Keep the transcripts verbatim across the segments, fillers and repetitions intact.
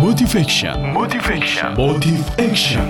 Motivation, Motivation, Motive Action.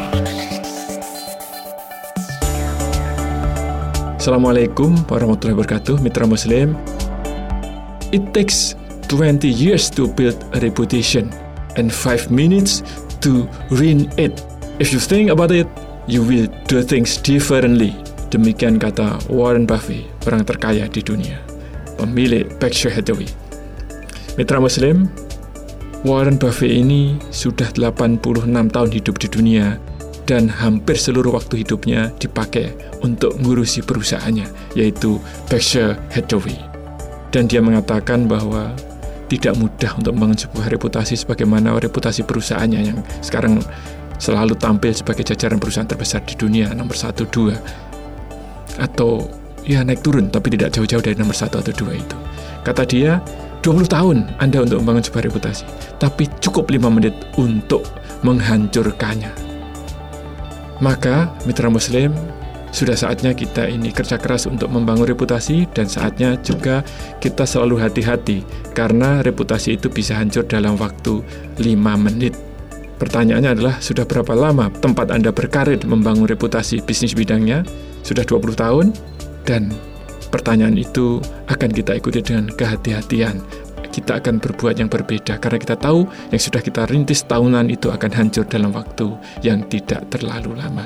Assalamualaikum warahmatullahi wabarakatuh, mitra Muslim. It takes twenty years to build a reputation and five minutes to ruin it. If you think about it, you will do things differently. Demikian kata Warren Buffett, orang terkaya di dunia, pemilik Berkshire Hathaway. Mitra Muslim, Warren Buffett ini sudah delapan puluh enam tahun hidup di dunia dan hampir seluruh waktu hidupnya dipakai untuk ngurusi perusahaannya, yaitu Berkshire Hathaway. Dan dia mengatakan bahwa tidak mudah untuk membangun sebuah reputasi sebagaimana reputasi perusahaannya yang sekarang selalu tampil sebagai jajaran perusahaan terbesar di dunia, nomor satu, dua, atau ya naik turun, tapi tidak jauh-jauh dari nomor satu atau dua itu. Kata dia, dua puluh tahun Anda untuk membangun sebuah reputasi, tapi cukup lima menit untuk menghancurkannya. Maka, mitra Muslim, sudah saatnya kita ini kerja keras untuk membangun reputasi, dan saatnya juga kita selalu hati-hati, karena reputasi itu bisa hancur dalam waktu lima menit. Pertanyaannya adalah, sudah berapa lama tempat Anda berkarir membangun reputasi bisnis bidangnya? Sudah dua puluh tahun? Dan pertanyaan itu akan kita ikuti dengan kehati-hatian. Kita akan berbuat yang berbeda karena kita tahu yang sudah kita rintis tahunan itu akan hancur dalam waktu yang tidak terlalu lama.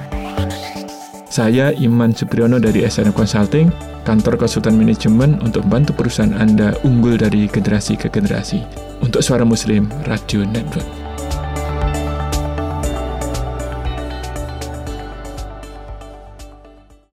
Saya Iman Supriyono dari S N M Consulting, kantor konsultan manajemen untuk membantu perusahaan Anda unggul dari generasi ke generasi. Untuk Suara Muslim Radio Network.